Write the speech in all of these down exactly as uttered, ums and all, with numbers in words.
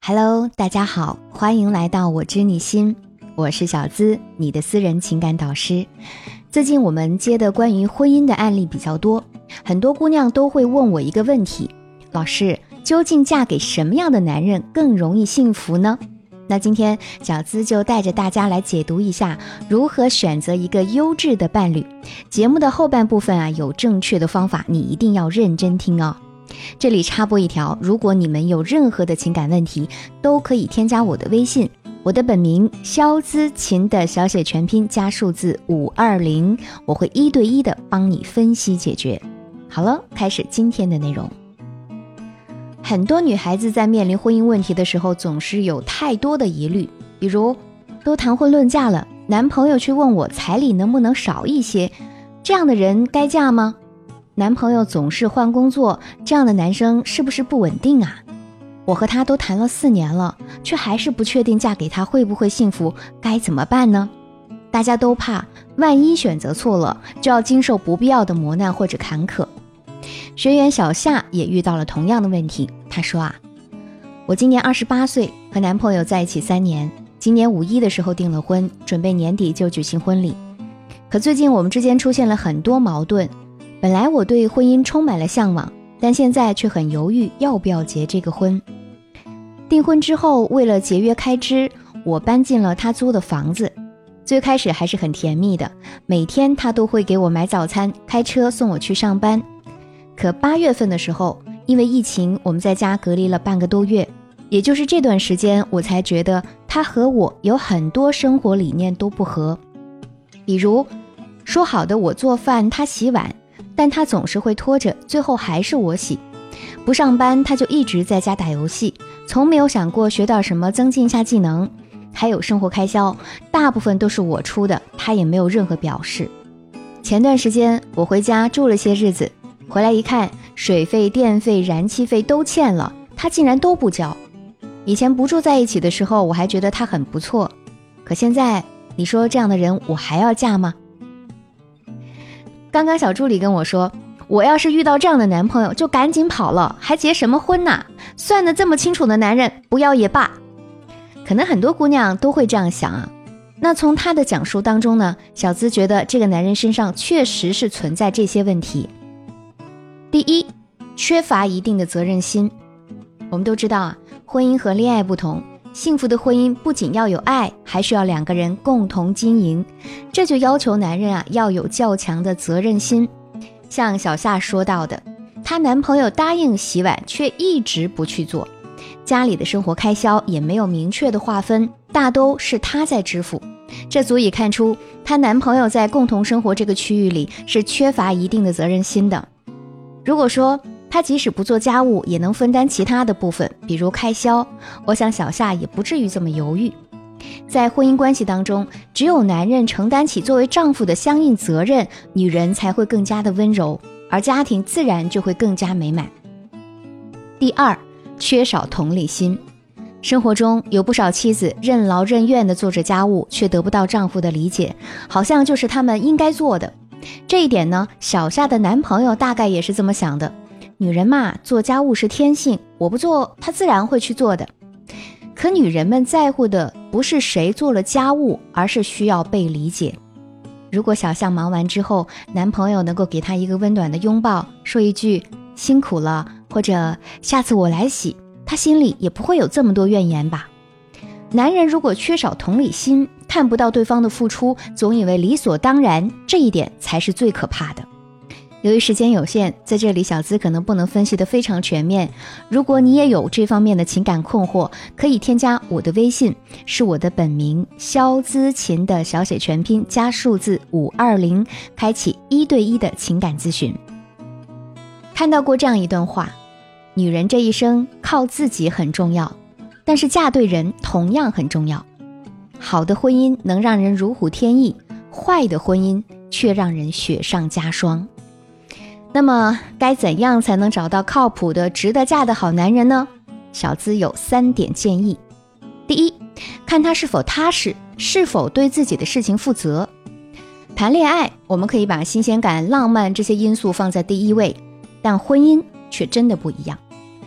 Hello， 大家好，欢迎来到我知你心，我是小资，你的私人情感导师。最近我们接的关于婚姻的案例比较多，很多姑娘都会问我一个问题，老师，究竟嫁给什么样的男人更容易幸福呢？那今天小资就带着大家来解读一下如何选择一个优质的伴侣。节目的后半部分啊，有正确的方法，你一定要认真听哦。这里插播一条，如果你们有任何的情感问题，都可以添加我的微信，我的本名肖姿琴的小写全拼加数字五二零，我会一对一的帮你分析解决。好了，开始今天的内容。很多女孩子在面临婚姻问题的时候，总是有太多的疑虑，比如都谈婚论嫁了，男朋友却问我彩礼能不能少一些，这样的人该嫁吗？男朋友总是换工作，这样的男生是不是不稳定啊？我和他都谈了四年了，却还是不确定嫁给他会不会幸福，该怎么办呢？大家都怕，万一选择错了，就要经受不必要的磨难或者坎坷。学员小夏也遇到了同样的问题，她说啊，我今年二十八岁，和男朋友在一起三年，今年五一的时候订了婚，准备年底就举行婚礼。可最近我们之间出现了很多矛盾，本来我对婚姻充满了向往，但现在却很犹豫要不要结这个婚。订婚之后，为了节约开支，我搬进了他租的房子。最开始还是很甜蜜的，每天他都会给我买早餐，开车送我去上班。可八月份的时候，因为疫情，我们在家隔离了半个多月，也就是这段时间，我才觉得他和我有很多生活理念都不合。比如说好的我做饭他洗碗，但他总是会拖着，最后还是我洗。不上班他就一直在家打游戏，从没有想过学到什么增进一下技能。还有生活开销，大部分都是我出的，他也没有任何表示。前段时间我回家住了些日子，回来一看，水费、电费、燃气费都欠了，他竟然都不交。以前不住在一起的时候，我还觉得他很不错，可现在你说这样的人我还要嫁吗？刚刚小助理跟我说，我要是遇到这样的男朋友就赶紧跑了，还结什么婚呐？算得这么清楚的男人不要也罢。可能很多姑娘都会这样想啊。那从他的讲述当中呢，小资觉得这个男人身上确实是存在这些问题。第一，缺乏一定的责任心。我们都知道啊，婚姻和恋爱不同，幸福的婚姻不仅要有爱，还需要两个人共同经营，这就要求男人啊要有较强的责任心。像小夏说到的，她男朋友答应洗碗却一直不去做，家里的生活开销也没有明确的划分，大都是她在支付，这足以看出她男朋友在共同生活这个区域里是缺乏一定的责任心的。如果说他即使不做家务也能分担其他的部分，比如开销，我想小夏也不至于这么犹豫。在婚姻关系当中，只有男人承担起作为丈夫的相应责任，女人才会更加的温柔，而家庭自然就会更加美满。第二，缺少同理心。生活中有不少妻子任劳任怨地做着家务，却得不到丈夫的理解，好像就是他们应该做的。这一点呢，小夏的男朋友大概也是这么想的，女人嘛，做家务是天性，我不做她自然会去做的。可女人们在乎的不是谁做了家务，而是需要被理解。如果小夏忙完之后，男朋友能够给她一个温暖的拥抱，说一句辛苦了，或者下次我来洗，她心里也不会有这么多怨言吧。男人如果缺少同理心，看不到对方的付出，总以为理所当然，这一点才是最可怕的。由于时间有限，在这里小资可能不能分析得非常全面，如果你也有这方面的情感困惑，可以添加我的微信，是我的本名肖姿琴的小写全拼加数字五二零，开启一对一的情感咨询。看到过这样一段话，女人这一生靠自己很重要，但是嫁对人同样很重要。好的婚姻能让人如虎添翼，坏的婚姻却让人雪上加霜。那么该怎样才能找到靠谱的值得嫁的好男人呢？小资有三点建议。第一，看他是否踏实，是否对自己的事情负责。谈恋爱我们可以把新鲜感、浪漫这些因素放在第一位，但婚姻却真的不一样。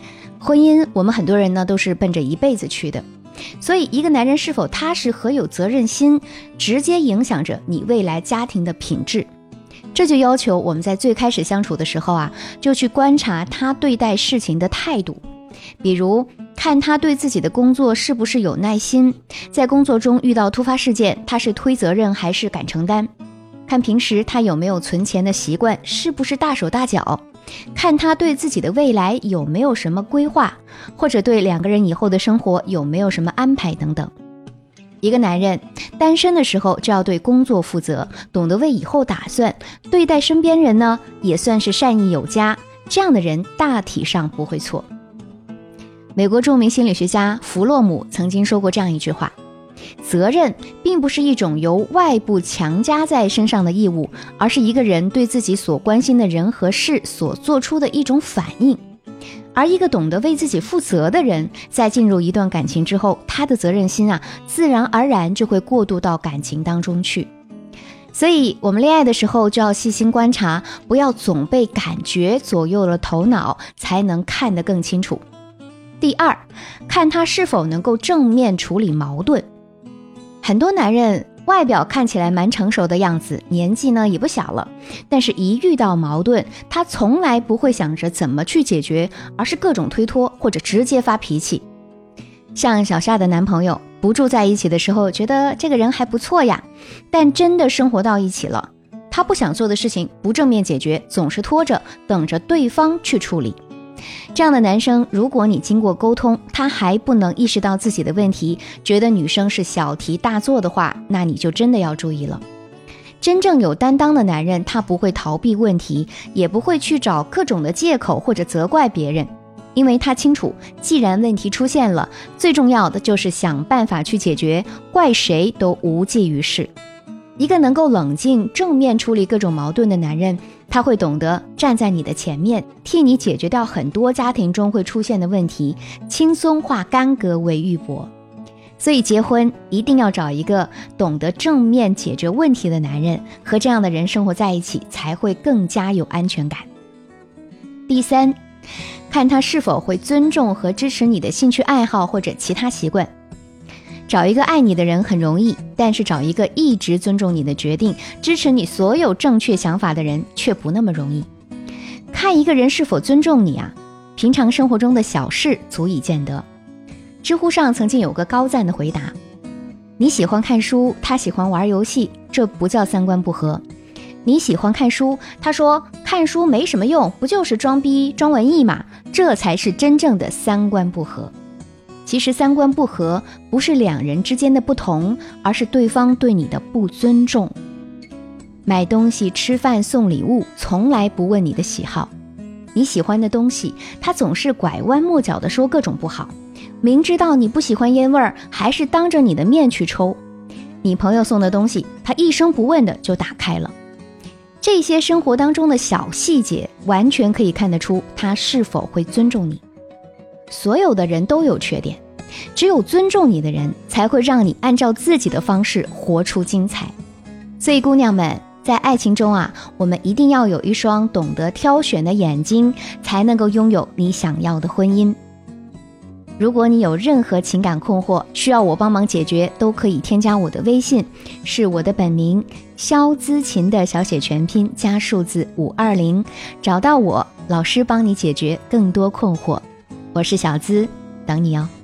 婚姻我们很多人呢都是奔着一辈子去的，所以一个男人是否踏实和有责任心，直接影响着你未来家庭的品质。这就要求我们在最开始相处的时候啊，就去观察他对待事情的态度。比如看他对自己的工作是不是有耐心，在工作中遇到突发事件，他是推责任还是敢承担。看平时他有没有存钱的习惯，是不是大手大脚。看他对自己的未来有没有什么规划，或者对两个人以后的生活有没有什么安排等等。一个男人单身的时候就要对工作负责，懂得为以后打算，对待身边人呢也算是善意有加，这样的人大体上不会错。美国著名心理学家弗洛姆曾经说过这样一句话：责任并不是一种由外部强加在身上的义务，而是一个人对自己所关心的人和事所做出的一种反应。而一个懂得为自己负责的人，在进入一段感情之后，他的责任心啊，自然而然就会过渡到感情当中去。所以我们恋爱的时候就要细心观察，不要总被感觉左右了头脑，才能看得更清楚。第二，看他是否能够正面处理矛盾。很多男人外表看起来蛮成熟的样子，年纪呢也不小了，但是一遇到矛盾，他从来不会想着怎么去解决，而是各种推脱或者直接发脾气。像小夏的男朋友，不住在一起的时候觉得这个人还不错呀，但真的生活到一起了，他不想做的事情不正面解决，总是拖着等着对方去处理。这样的男生，如果你经过沟通，他还不能意识到自己的问题，觉得女生是小题大做的话，那你就真的要注意了。真正有担当的男人，他不会逃避问题，也不会去找各种的借口或者责怪别人，因为他清楚，既然问题出现了，最重要的就是想办法去解决，怪谁都无济于事。一个能够冷静正面处理各种矛盾的男人，他会懂得站在你的前面，替你解决掉很多家庭中会出现的问题，轻松化干戈为玉帛。所以结婚一定要找一个懂得正面解决问题的男人，和这样的人生活在一起才会更加有安全感。第三，看他是否会尊重和支持你的兴趣爱好或者其他习惯。找一个爱你的人很容易，但是找一个一直尊重你的决定，支持你所有正确想法的人却不那么容易。看一个人是否尊重你啊，平常生活中的小事足以见得。知乎上曾经有个高赞的回答：你喜欢看书，他喜欢玩游戏，这不叫三观不合。你喜欢看书，他说看书没什么用，不就是装逼装文艺嘛，这才是真正的三观不合。其实三观不合不是两人之间的不同，而是对方对你的不尊重。买东西、吃饭、送礼物，从来不问你的喜好。你喜欢的东西，他总是拐弯抹角地说各种不好。明知道你不喜欢烟味儿，还是当着你的面去抽。你朋友送的东西，他一声不问的就打开了。这些生活当中的小细节，完全可以看得出他是否会尊重你。所有的人都有缺点，只有尊重你的人，才会让你按照自己的方式活出精彩。所以姑娘们，在爱情中啊，我们一定要有一双懂得挑选的眼睛，才能够拥有你想要的婚姻。如果你有任何情感困惑，需要我帮忙解决，都可以添加我的微信，是我的本名肖姿琴的小写全拼加数字五二零，找到我，老师帮你解决更多困惑。我是小资，等你哦。